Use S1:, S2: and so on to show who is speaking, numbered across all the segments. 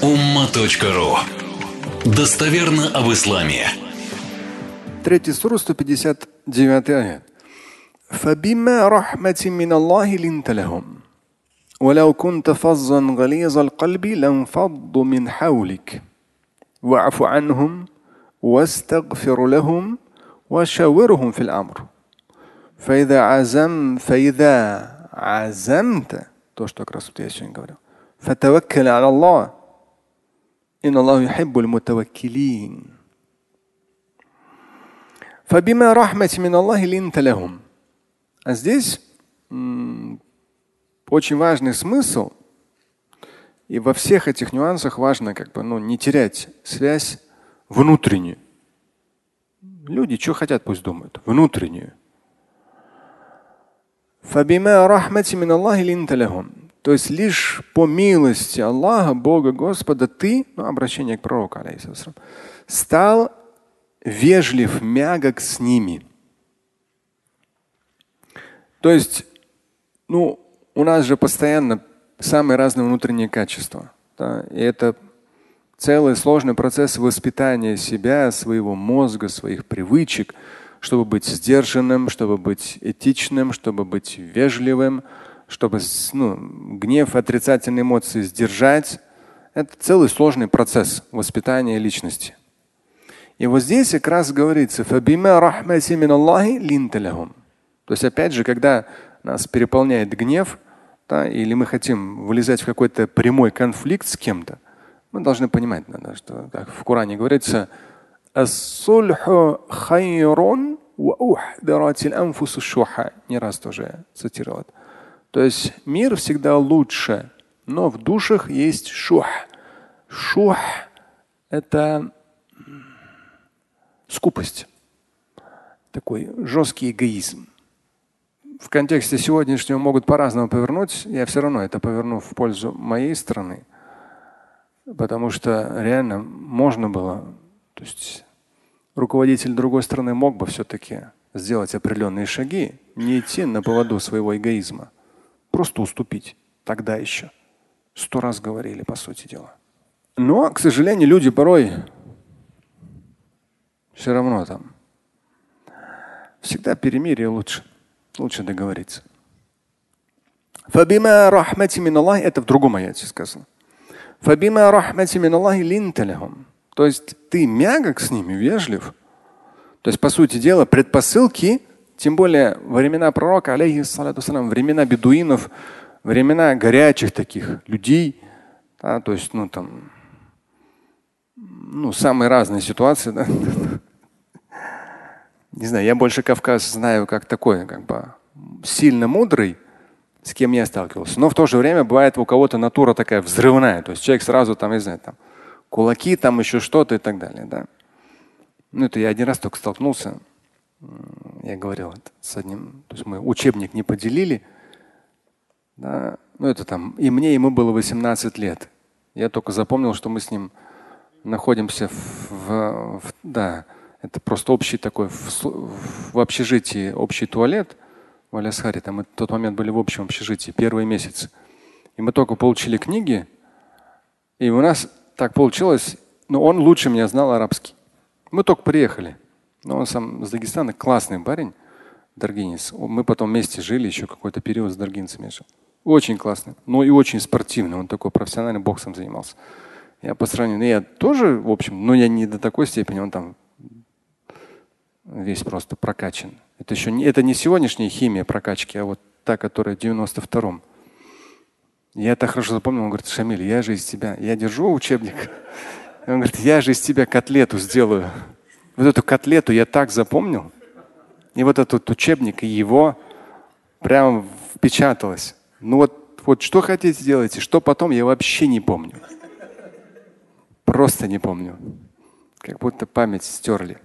S1: umma.ru. Достоверно об исламе.
S2: 3 сура, 159 аят. فَبِمَا رَحْمَةٍ مِّنَ اللَّهِ لِنْتَ لَهُمْ وَلَوْ كُنْتَ فَظًّا غَلِيظَ الْقَلْبِ لَانفَضُّوا مِنْ حَوْلِكَ وَاعْفُ عَنْهُمْ وَاسْتَغْفِرْ لَهُمْ وَشَاوِرْهُمْ فِي الْأَمْرِ فإذا عزمت, то, что как раз я сегодня говорил, فتوكل على الله إن الله يحب المتوكلين. فبما رحمة من الله لنت لهم. А здесь очень важный смысл, и во всех этих нюансах важно не терять связь внутреннюю. Люди что хотят, пусть думают, внутреннюю. فَبِمَا رَحْمَةٍ مِّنَ اللَّهِ لِنْتَ لَهُمْ. То есть лишь по милости Аллаха, Бога Господа, ты, обращение к пророку, алейхиссалям, стал вежлив, мягок с ними. То есть, у нас же постоянно самые разные внутренние качества. Да? И это целый сложный процесс воспитания себя, своего мозга, своих привычек, чтобы быть сдержанным, чтобы быть этичным, чтобы быть вежливым, чтобы гнев, отрицательные эмоции сдержать. Это целый сложный процесс воспитания личности. И вот здесь как раз говорится, то есть опять же, когда нас переполняет гнев, да, или мы хотим вылезать в какой-то прямой конфликт с кем-то, мы должны понимать, что как в Коране говорится, не раз тоже цитировал. То есть мир всегда лучше, но в душах есть шух. Шух – это скупость, такой жесткий эгоизм. В контексте сегодняшнего могут по-разному повернуть. Я все равно это поверну в пользу моей страны, потому что реально можно было, то есть руководитель другой страны мог бы все-таки сделать определенные шаги, не идти на поводу своего эгоизма, просто уступить. Тогда еще 100 раз говорили, по сути дела. Но, к сожалению, люди порой все равно там. Всегда перемирие лучше. Лучше договориться. فَبِمَا رَحْمَةٍ مِّنَ اللَّهِ, это в другом аяте сказано. فَبِمَا رَحْمَةٍ مِّنَ اللَّهِ لِنْتَ لَهُمْ. То есть ты мягок с ними, вежлив. То есть, по сути дела, предпосылки, тем более времена пророка, алейхиссалату-вассалям, времена бедуинов, времена горячих таких людей, да, то есть, самые разные ситуации. Да. Не знаю, я больше Кавказ знаю как такой, сильно мудрый, с кем я сталкивался. Но в то же время бывает у кого-то натура такая взрывная. То есть человек сразу кулаки, еще что-то и так далее. Да. Это я один раз только столкнулся. Я говорил с одним. То есть мы учебник не поделили. Да. И мне, и ему было 18 лет. Я только запомнил, что мы с ним находимся это просто общий такой в общежитии общий туалет в Алясхаре. Там мы в тот момент были в общем общежитии первые месяцы. И мы только получили книги, и у нас так получилось, он лучше меня знал арабский. Мы только приехали. Но он сам с Дагестана, классный парень, даргинец. Мы потом вместе жили, еще какой-то период с даргинцами жил. Очень классный, но и очень спортивный. Он такой профессиональный боксом занимался. Я по сравнению, я тоже, в общем, но я не до такой степени, он там весь просто прокачан. Это не сегодняшняя химия прокачки, а вот та, которая в 92-м. Я так хорошо запомнил, он говорит, Шамиль, я же из тебя, я держу учебник. Он говорит, я же из тебя котлету сделаю. Вот эту котлету я так запомнил. И вот этот учебник, и его прямо впечаталось. Вот что хотите делайте, что потом, я вообще не помню. Просто не помню. Как будто память стерли.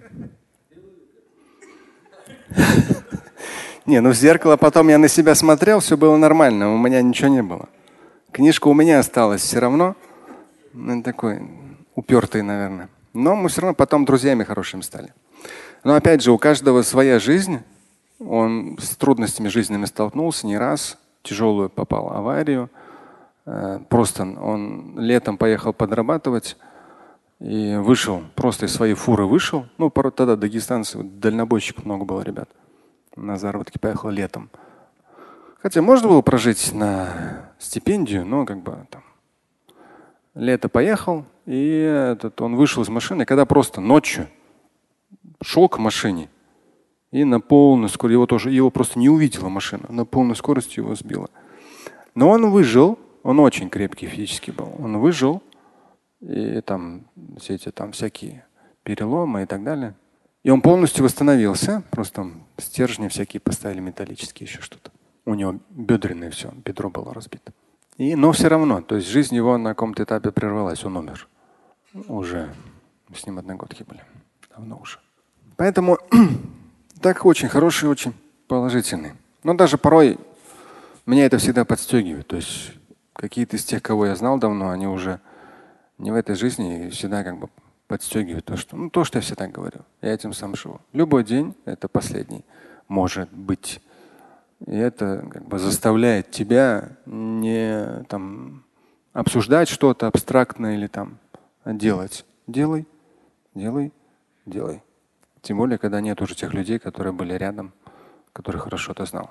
S2: В зеркало потом я на себя смотрел, все было нормально, у меня ничего не было. Книжка у меня осталась все равно. Такой упертый, наверное. Но мы все равно потом друзьями хорошими стали. Но опять же, у каждого своя жизнь. Он с трудностями жизненными столкнулся не раз. Тяжелую попал аварию. Просто он летом поехал подрабатывать и вышел, просто из своей фуры вышел. Ну, тогда дагестанцы, дальнобойщиков много было ребят. На заработки поехал летом. Хотя можно было прожить на стипендию, но как бы там лето поехал, и он вышел из машины, когда просто ночью шел к машине и на полную скорость, его просто не увидела машина, на полной скорости его сбила. Но он выжил, он очень крепкий физически был, он выжил, и там все эти там всякие переломы и так далее. И он полностью восстановился, просто там стержни всякие поставили металлические, еще что-то. У него бедренное все, бедро было разбито. Но все равно, то есть жизнь его на каком-то этапе прервалась, он умер. Уже с ним одногодки были, давно уже. Поэтому так очень хороший, очень положительный. Но даже порой меня это всегда подстегивает. То есть какие-то из тех, кого я знал давно, они уже не в этой жизни и всегда как бы подстегивают то, что я всегда говорю. Я этим сам живу. Любой день это последний может быть. И это как бы заставляет тебя не там обсуждать что-то абстрактное или там делать. Делай, делай, делай. Тем более, когда нет уже тех людей, которые были рядом, которые хорошо это знал.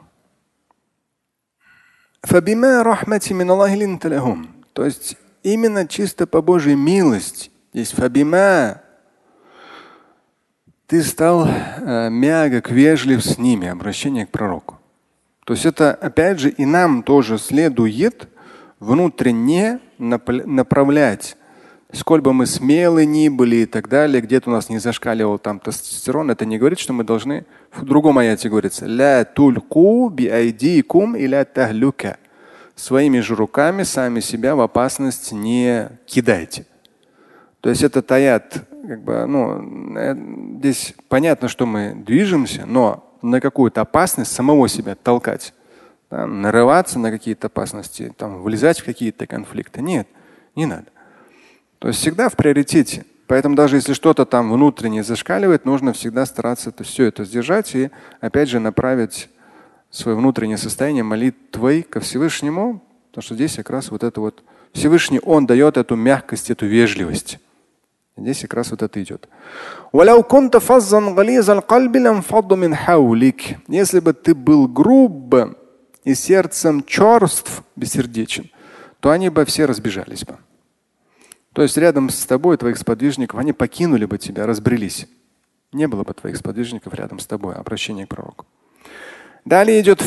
S2: То есть именно чисто по Божьей милости. Здесь фабима. Ты стал мягок, вежлив с ними, обращение к пророку. То есть это опять же и нам тоже следует внутренне направлять. Сколь бы мы смелы ни были и так далее, где-то у нас не зашкаливал там тестостерон, это не говорит, что мы должны, в другом аяте говорится, ля тульку би айдикум иля тахлюка. Своими же руками сами себя в опасность не кидайте. То есть этот аят, как бы, здесь понятно, что мы движемся, но на какую-то опасность самого себя толкать, да, нарываться на какие-то опасности, там, влезать в какие-то конфликты. Нет, не надо. То есть всегда в приоритете. Поэтому даже если что-то там внутренне зашкаливает, нужно всегда стараться все это сдержать и опять же направить свое внутреннее состояние молитвой ко Всевышнему, потому что здесь как раз вот это вот Всевышний Он дает эту мягкость, эту вежливость. Здесь как раз вот это идет. Если бы ты был груб и сердцем черств, бессердечен, то они бы все разбежались бы. То есть рядом с тобой, твоих сподвижников, они покинули бы тебя, разбрелись. Не было бы твоих сподвижников рядом с тобой. Обращение к пророку. Далее идет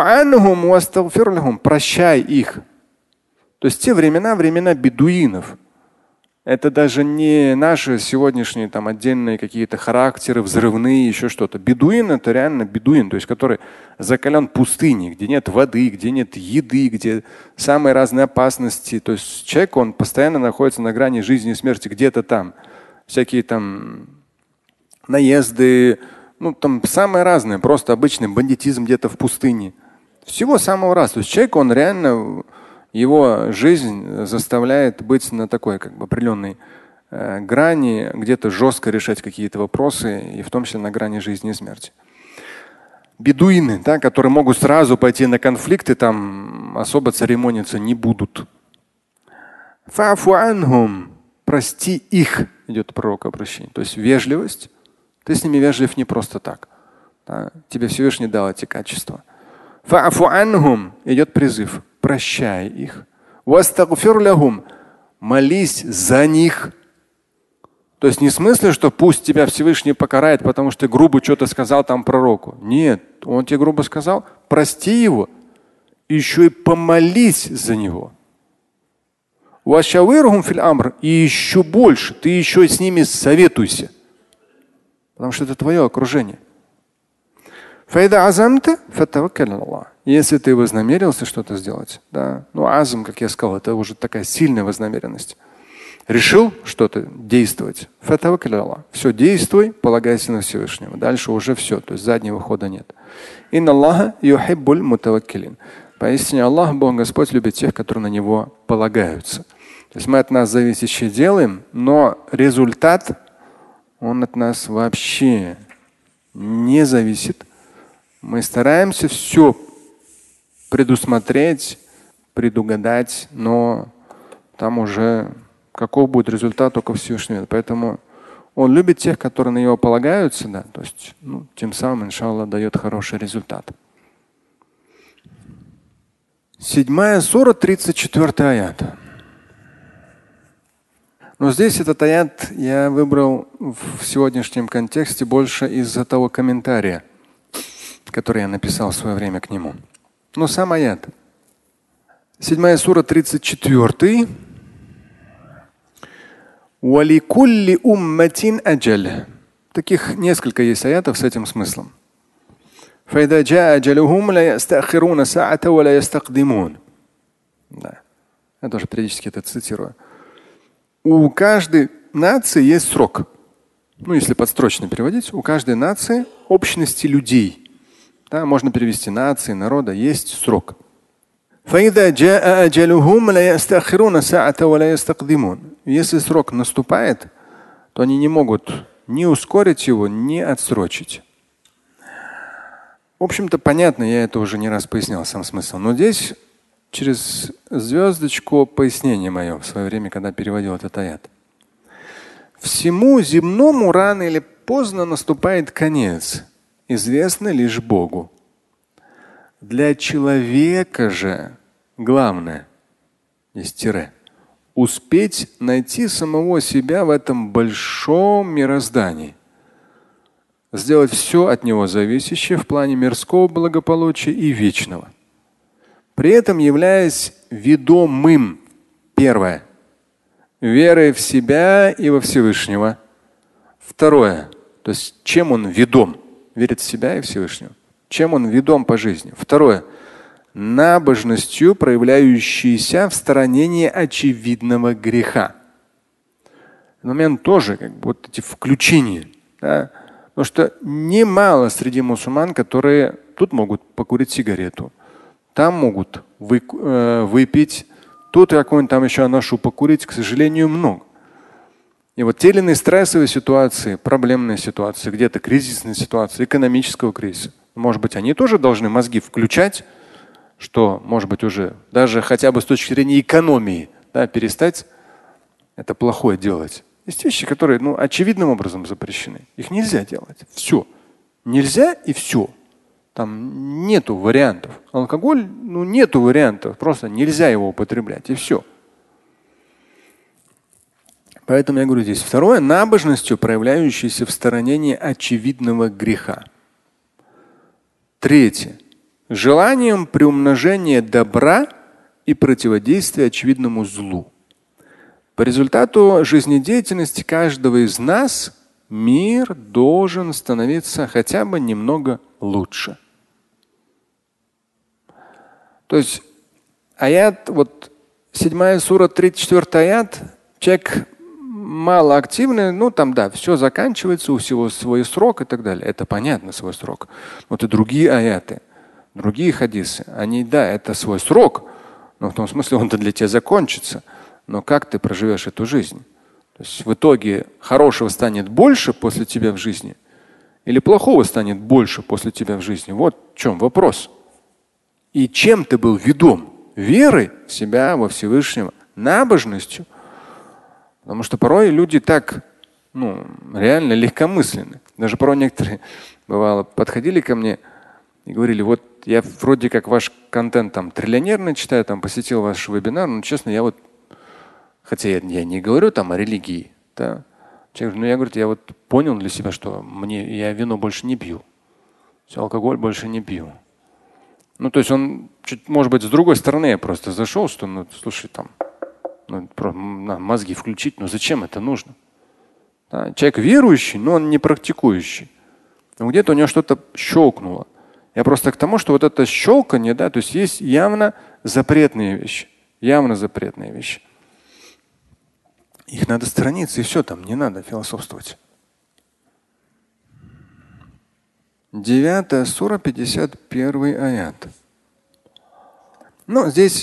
S2: прощай их. То есть те времена бедуинов. Это даже не наши сегодняшние там отдельные какие-то характеры, взрывные, еще что-то. Бедуин — это реально бедуин, то есть который закален в пустыне, где нет воды, где нет еды, где самые разные опасности. То есть человек, он постоянно находится на грани жизни и смерти, где-то там. Всякие там наезды, там самое разное, просто обычный бандитизм где-то в пустыне. Всего самого разного. То есть человек, он реально, его жизнь заставляет быть на такой как бы определенной грани, где-то жестко решать какие-то вопросы, и в том числе на грани жизни и смерти. Бедуины, да, которые могут сразу пойти на конфликты, там особо церемониться не будут. Прости их, идет пророк обращение. То есть вежливость. Ты с ними вежлив не просто так. Да? Тебе Всевышний дал эти качества. Идет призыв. Прощай их. Молись за них. То есть не в смысле, что пусть тебя Всевышний покарает, потому что ты грубо что-то сказал там пророку. Нет, он тебе грубо сказал, прости его, еще и помолись за него. И еще больше, ты еще с ними советуйся. Потому что это твое окружение. Если ты вознамерился что-то сделать, да, азм, как я сказал, это уже такая сильная вознамеренность. Решил что-то действовать. Все, действуй, полагайся на Всевышнего. Дальше уже все, то есть заднего хода нет. Поистине Аллах, Бог Господь, любит тех, которые на Него полагаются. То есть мы от нас зависящее делаем, но результат, он от нас вообще не зависит. Мы стараемся все предусмотреть, предугадать, но там уже каков будет результат, только Всевышний. Поэтому он любит тех, которые на него полагаются, да, то есть тем самым, иншаллах, дает хороший результат. 7 сура, 34 аят. Но здесь этот аят я выбрал в сегодняшнем контексте больше из-за того комментария, который я написал в свое время к нему. Но сам аят. 7 сура, 34. Валикулли умматин аджаль. Таких несколько есть аятов с этим смыслом. فإذا جاء أجلهم لا يستأخرون ساعة ولا يستقدمون. Да. Я тоже периодически это цитирую. У каждой нации есть срок. Если подстрочно переводить, у каждой нации, общности людей, да, можно перевести нации, народа, есть срок. Если срок наступает, то они не могут ни ускорить его, ни отсрочить. В общем-то, понятно, я это уже не раз пояснял, сам смысл. Но здесь через звездочку пояснение мое в свое время, когда переводил этот аят. Всему земному рано или поздно наступает конец, известный лишь Богу. Для человека же главное, есть тире, успеть найти самого себя в этом большом мироздании. Сделать все от него зависящее в плане мирского благополучия и вечного. При этом являясь ведомым, первое, верой в себя и во Всевышнего. Второе, то есть чем он ведом, верит в себя и Всевышнего. Чем он ведом по жизни. Второе, набожностью, проявляющейся в сторонении очевидного греха. Момент тоже вот эти включения. Да? Потому что немало среди мусульман, которые тут могут покурить сигарету, там могут выпить, тут какой-нибудь там еще анашу покурить, к сожалению, много. И вот те или иные стрессовые ситуации, проблемные ситуации, где-то кризисные ситуации, экономического кризиса, может быть, они тоже должны мозги включать, что, может быть, уже даже хотя бы с точки зрения экономии, да, перестать это плохое делать. Есть вещи, которые очевидным образом запрещены. Их нельзя делать. Все. Нельзя и все. Там нету вариантов. Алкоголь, нету вариантов. Просто нельзя его употреблять. И все. Поэтому я говорю здесь. Второе, набожностью, проявляющейся в сторонении очевидного греха. Третье, желанием приумножения добра и противодействия очевидному злу. По результату жизнедеятельности каждого из нас мир должен становиться хотя бы немного лучше. То есть аят, 7 сура, 34 аят, человек малоактивный, там да, все заканчивается, у всего свой срок и так далее. Это понятно, свой срок. Вот и другие аяты, другие хадисы, они, да, это свой срок, но в том смысле он-то для тебя закончится. Но как ты проживешь эту жизнь? То есть в итоге хорошего станет больше после тебя в жизни или плохого станет больше после тебя в жизни? Вот в чем вопрос. И чем ты был ведом? Верой в себя, во Всевышнего, набожностью. Потому что порой люди так, реально легкомысленны. Даже порой некоторые, бывало, подходили ко мне и говорили, вот я вроде как ваш контент там триллионерный читаю, там посетил ваш вебинар, но честно, хотя я не говорю там о религии, да. Я говорю, я понял для себя, что я вино больше не пью, алкоголь больше не пью. То есть он чуть, может быть, с другой стороны я просто зашел, что, слушай, там, мозги включить, зачем это нужно? Да? Человек верующий, но он не практикующий. Где-то у него что-то щелкнуло. Я просто к тому, что вот это щелканье, да, то есть явно запретные вещи. Явно запретные вещи. Их надо сторониться, и все, там не надо философствовать. 9 сура, 51 аят. Здесь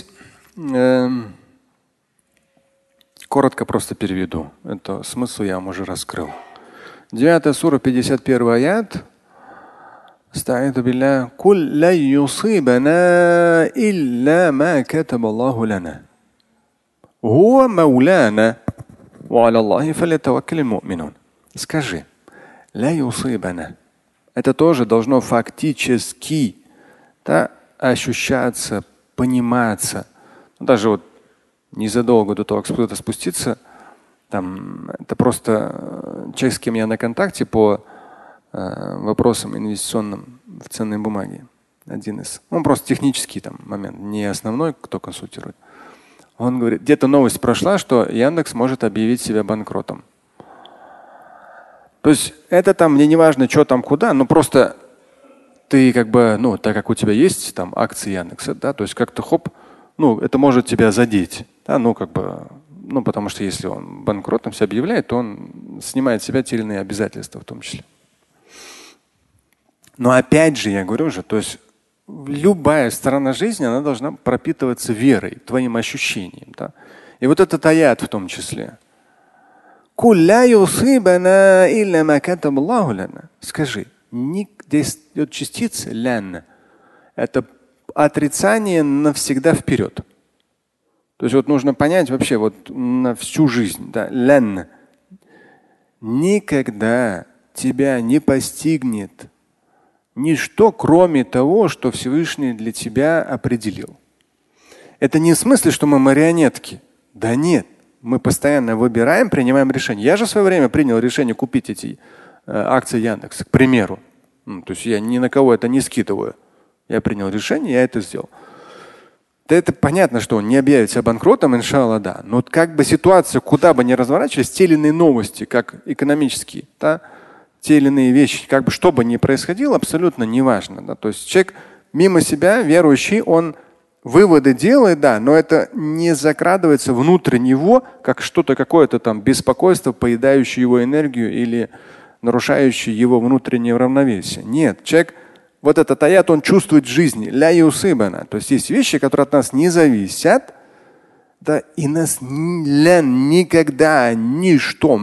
S2: коротко просто переведу. Это смысл я вам уже раскрыл. 9 сура, 51 аят. استعيذ بالله قل لا يصيبنا إلا ما كتب الله لنا هو مولانا وعلى الله فليتوكل المؤمنون. Скажи, لا يصيبنا. Это тоже должно фактически, да, ощущаться, пониматься. Даже вот незадолго до того, как куда-то спуститься, там, это просто человек, с кем я на контакте по вопросам инвестиционным в ценные бумаги. Один из. Он просто технический там момент, не основной, кто консультирует. Он говорит, где-то новость прошла, что Яндекс может объявить себя банкротом. То есть это там мне не важно, что там куда, но просто ты как бы, ну, так как у тебя есть там акции Яндекса, да, то есть как-то хоп, ну, это может тебя задеть, да, ну, как бы, ну, потому что если он банкротом себя объявляет, то он снимает с себя те или иные обязательства в том числе. Но опять же, я говорю же, то есть любая сторона жизни, она должна пропитываться верой, твоим ощущением, да. И вот этот аят в том числе. Скажи, здесь идет частица лян. Это отрицание навсегда вперед. То есть вот нужно понять вообще вот на всю жизнь. Да, лян. Никогда тебя не постигнет ничто, кроме того, что Всевышний для тебя определил. Это не в смысле, что мы марионетки. Да нет. Мы постоянно выбираем, принимаем решение. Я же в свое время принял решение купить эти акции Яндекса, к примеру. То есть я ни на кого это не скидываю. Я принял решение, я это сделал. Да это понятно, что он не объявит себя банкротом, иншаллах, да. Но как бы ситуация, куда бы ни разворачивались, те или иные новости, как экономические, да, те или иные вещи, как бы что бы ни происходило, абсолютно неважно. Да. То есть человек мимо себя, верующий, он выводы делает, да, но это не закрадывается внутрь него, как что-то какое-то там беспокойство, поедающее его энергию или нарушающее его внутреннее равновесие. Нет, человек, вот этот аят, он чувствует в жизни. Ля юсыбана. То есть есть вещи, которые от нас не зависят, да, и нас никогда ничто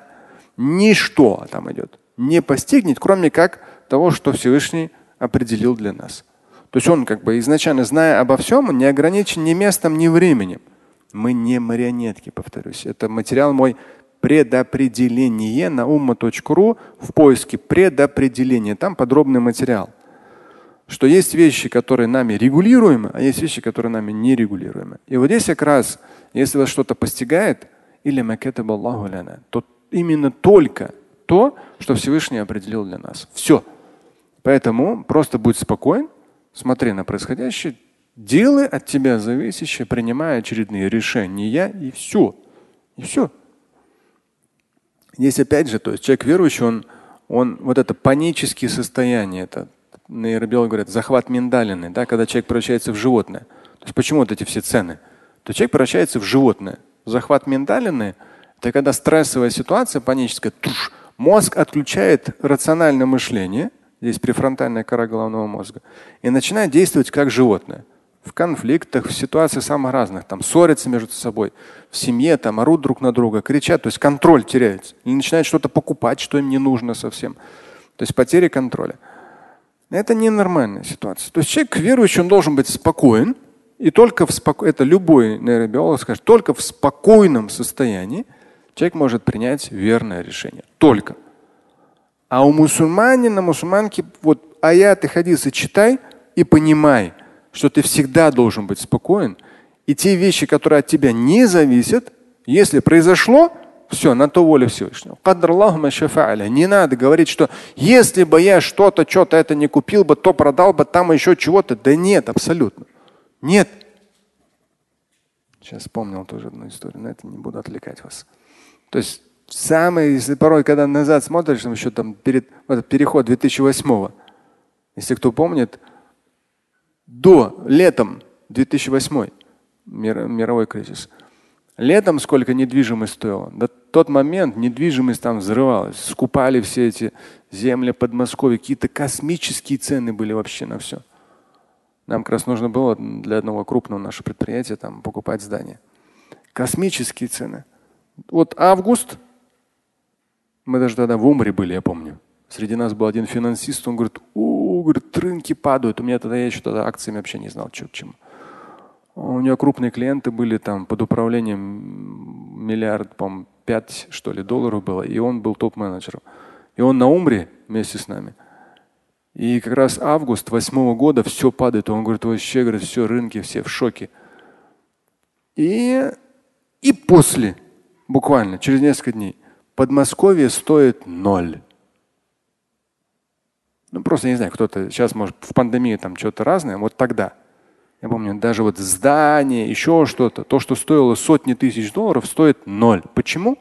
S2: там идет, не постигнет, кроме как того, что Всевышний определил для нас. То есть он как бы изначально, зная обо всем, он не ограничен ни местом, ни временем. Мы не марионетки, повторюсь. Это материал мой предопределение на umma.ru в поиске предопределения. Там подробный материал. Что есть вещи, которые нами регулируемы, а есть вещи, которые нами нерегулируемы. И вот здесь как раз, если вас что-то постигает, или то именно только то, что Всевышний определил для нас. Все. Поэтому просто будь спокоен. Смотри на происходящее, делай от тебя зависящее, принимай очередные решения, и все. И все. Здесь опять же, то есть человек верующий, он вот это панические состояния, это нейробиологи говорят, захват миндалины, да, когда человек превращается в животное. То есть почему вот эти все цены? То человек превращается в животное. Захват миндалины – это когда стрессовая ситуация, паническая, мозг отключает рациональное мышление. Здесь префронтальная кора головного мозга, и начинает действовать как животное. В конфликтах, в ситуациях самых разных, там ссорятся между собой, в семье, там орут друг на друга, кричат, то есть контроль теряется. Или начинают что-то покупать, что им не нужно совсем. То есть потеря контроля. Это ненормальная ситуация. То есть человек верующий, он должен быть спокоен, и только это любой нейробиолог скажет, только в спокойном состоянии человек может принять верное решение. Только. А у мусульманина, мусульманки, вот аяты, хадисы читай и понимай, что ты всегда должен быть спокоен. И те вещи, которые от тебя не зависят, если произошло, все, на то воля Всевышнего. Не надо говорить, что если бы я что-то это не купил бы, то продал бы там еще чего-то. Да нет, абсолютно. Нет. Сейчас вспомнил тоже одну историю, но это не буду отвлекать вас. То есть если порой, когда назад смотришь, там еще там переход 2008-го, если кто помнит, летом 2008 мировой кризис. Летом сколько недвижимость стоила. До тот момент недвижимость там взрывалась. Скупали все эти земли Подмосковья. Какие-то космические цены были вообще на все. Нам как раз нужно было для одного крупного нашего предприятия там покупать здание. Космические цены. Вот август. Мы даже тогда в Умре были, я помню. Среди нас был один финансист, он говорит, говорит, рынки падают. У меня тогда, я еще тогда акциями вообще не знал, что к чему. У него крупные клиенты были там под управлением миллиард, по-моему, 5, что ли, долларов было. И он был топ-менеджером. И он на Умре вместе с нами. И как раз август 2008 года все падает. Он говорит, вообще, говорит, все, рынки все в шоке. И после, буквально через несколько дней, Подмосковье стоит 0. Ну, просто не знаю, кто-то сейчас, может, в пандемии там что-то разное. Вот тогда, я помню, даже вот здание, еще что-то, то, что стоило сотни тысяч долларов, стоит 0. Почему?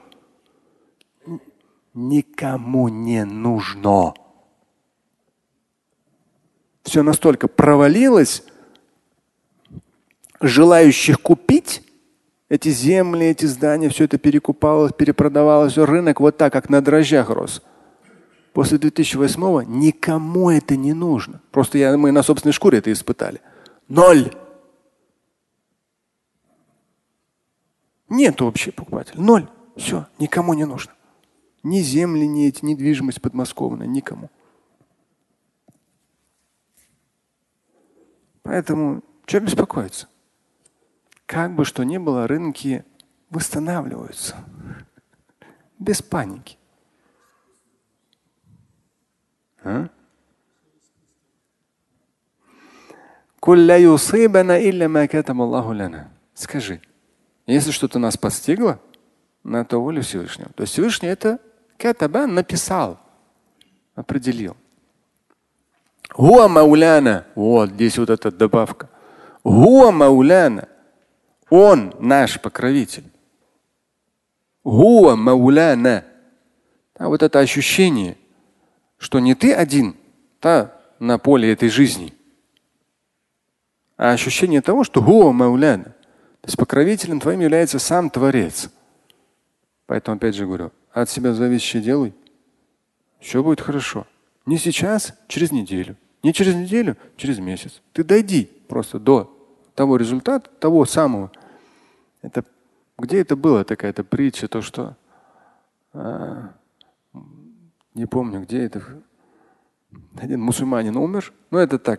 S2: Никому не нужно. Все настолько провалилось, желающих купить эти земли, эти здания, все это перекупалось, перепродавалось, все, рынок вот так, как на дрожжах рос. После 2008-го никому это не нужно. Просто мы на собственной шкуре это испытали. 0. Нет общего покупателя. 0. Все, никому не нужно. Ни земли, ни эти, недвижимость подмосковная, никому. Поэтому что беспокоиться? Как бы что ни было, рынки восстанавливаются. Без паники. Скажи, если что-то нас постигло, на то волю Всевышнего. То есть Всевышний это катаба написал, определил. Хуа мауляна. Вот здесь вот эта добавка. Хуа мауляна. Он наш покровитель. Хуа мауляна. А вот это ощущение, что не ты один на поле этой жизни, а ощущение того, что хуа мауляна. То есть покровителем твоим является сам Творец. Поэтому опять же говорю, от себя зависящее делай. Все будет хорошо. Не сейчас, через неделю. Не через неделю, через месяц. Ты дойди просто до того результата, того самого. Где это было, такая-то притча, то, что не помню, где это. Один мусульманин умер, но это так.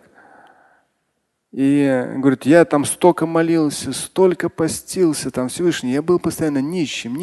S2: И говорит, я там столько молился, столько постился, там Всевышний, я был постоянно нищим.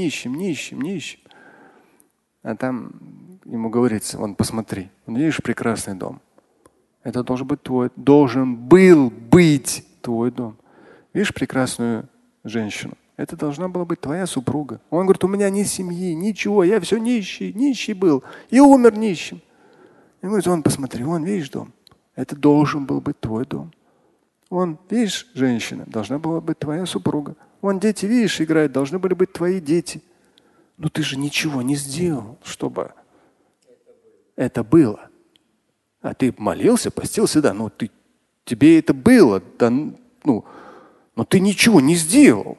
S2: А там ему говорится, вон посмотри, видишь прекрасный дом. Это должен был быть твой дом. Видишь прекрасную женщину? Это должна была быть твоя супруга. Он говорит, у меня ни семьи, ничего, я все нищий был и умер нищим. И говорит, вон посмотри, вон видишь дом. Это должен был быть твой дом. Вон, видишь, женщина, должна была быть твоя супруга. Вон дети, видишь, играют, должны были быть твои дети. Но ты же ничего не сделал, чтобы это было. А ты молился, постился, да, но тебе это было, да, но ты ничего не сделал.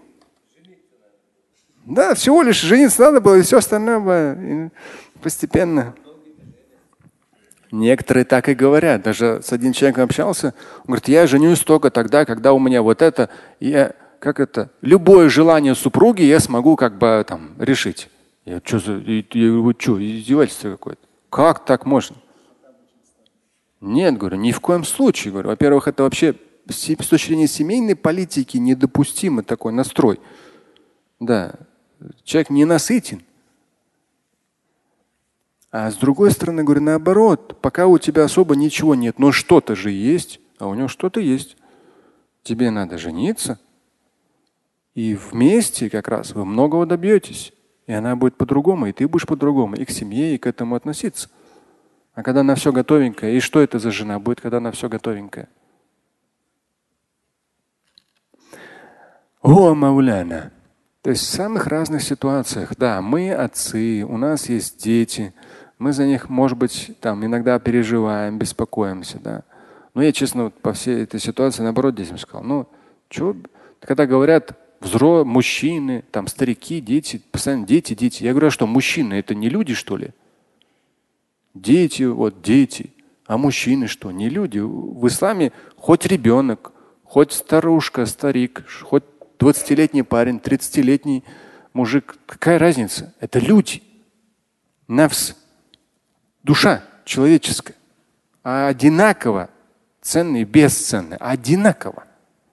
S2: Да, всего лишь жениться надо было, и все остальное было постепенно. Некоторые так и говорят. Даже с одним человеком общался, он говорит, я женюсь только тогда, когда у меня вот это, любое желание супруги я смогу решить. Я говорю, что, издевательство какое-то? Как так можно? Нет, говорю, ни в коем случае. Говорю, во-первых, это вообще с точки зрения семейной политики недопустимый такой настрой. Да, человек не насытен. А с другой стороны, говорю, наоборот, пока у тебя особо ничего нет, но что-то же есть, а у него что-то есть. Тебе надо жениться, и вместе как раз вы многого добьетесь. И она будет по-другому, и ты будешь по-другому, и к семье, и к этому относиться. А когда она все готовенькое, и что это за жена будет, когда она все готовенькое? О, Мауляна. То есть в самых разных ситуациях, да, мы отцы, у нас есть дети, мы за них, может быть, иногда переживаем, беспокоимся, да. Но я, честно, по всей этой ситуации, наоборот, детям сказал, когда говорят мужчины, старики, дети, постоянно дети. Я говорю, а что, мужчины это не люди, что ли? Дети. А мужчины что, не люди? В исламе хоть ребенок, хоть старушка, старик, хоть 20-летний парень, 30-летний мужик. Какая разница? Это люди. Нафс. Душа. человеческое, а одинаково ценное и бесценное. Одинаково.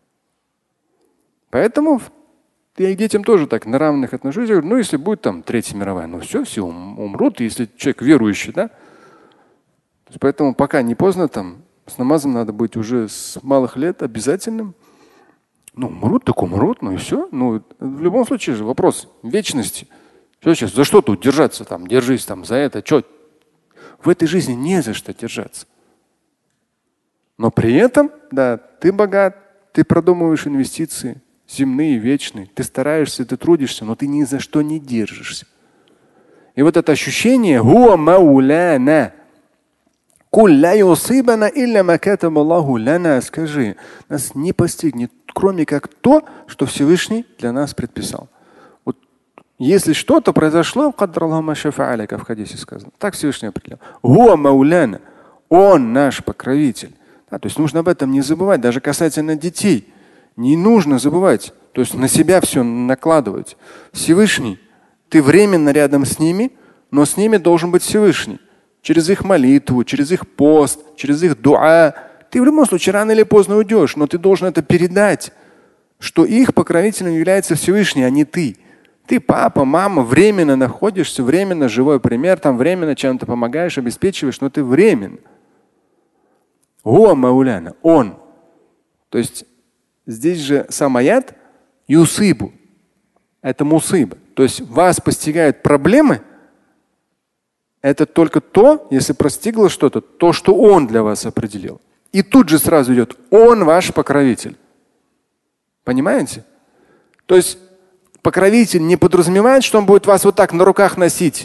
S2: Поэтому я и к детям тоже так на равных отношусь. Я говорю, ну если будет там Третья мировая, ну все умрут, если человек верующий, да? Поэтому пока не поздно, там с намазом надо быть уже с малых лет обязательным. Ну, умрут, так умрут, ну и все. Ну, в любом случае же вопрос вечности. Что сейчас, за что тут держаться? Там, держись там за это. Что? В этой жизни не за что держаться. Но при этом, да, ты богат, ты продумываешь инвестиции, земные, вечные. Ты стараешься, ты трудишься, но ты ни за что не держишься. И вот это ощущение «Хуа мауляна». Скажи, нас не постигнет, кроме как то, что Всевышний для нас предписал. Вот если что-то произошло, как в хадисе сказано, так Всевышний определил. Он наш покровитель. Да, то есть нужно об этом не забывать, даже касательно детей. Не нужно забывать, то есть на себя все накладывать. Всевышний, ты временно рядом с ними, но с ними должен быть Всевышний. Через их молитву, через их пост, через их дуа. Ты в любом случае рано или поздно уйдешь, но ты должен это передать, что их покровителем является Всевышний, а не ты. Ты папа, мама, временно находишься, временно живой пример, там временно чем-то помогаешь, обеспечиваешь, но ты временно. Мауляна, он. То есть здесь же сам аят юсыбу. Это мусыба. То есть вас постигают проблемы. Это только то, если простигло что-то, то, что он для вас определил. И тут же сразу идет, он ваш покровитель. Понимаете? То есть покровитель не подразумевает, что он будет вас вот так на руках носить.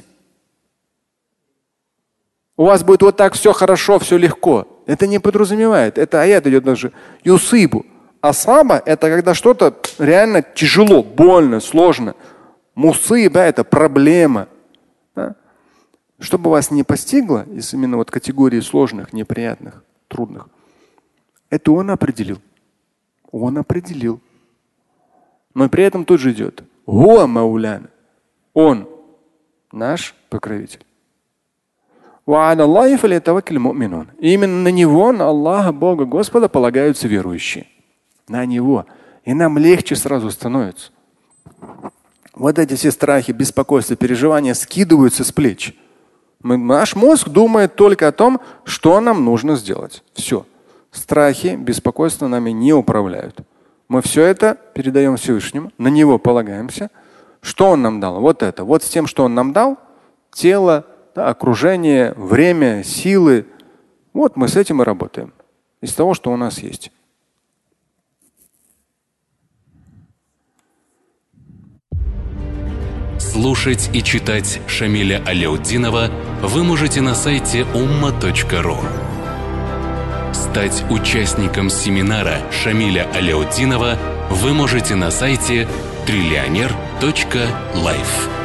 S2: У вас будет вот так все хорошо, все легко. Это не подразумевает. Это аят идет даже юсыбу. Асаба – это когда что-то реально тяжело, больно, сложно. Мусыба – это проблема. Да? Чтобы вас не постигло из именно вот категории сложных, неприятных, трудных, это он определил. Он определил. Но при этом тут же идет. Он наш покровитель. И именно на него, на Аллаха, Бога, Господа полагаются верующие. На него. И нам легче сразу становится. Вот эти все страхи, беспокойства, переживания скидываются с плеч. Наш мозг думает только о том, что нам нужно сделать. Все. Страхи, беспокойства нами не управляют. Мы все это передаем Всевышнему, на него полагаемся. Что он нам дал? Вот это. Вот с тем, что он нам дал, тело, да, окружение, время, силы. Вот мы с этим и работаем. Из того, что у нас есть.
S1: Слушать и читать Шамиля Аляутдинова вы можете на сайте umma.ru. Стать участником семинара Шамиля Аляутдинова вы можете на сайте trillioner.life.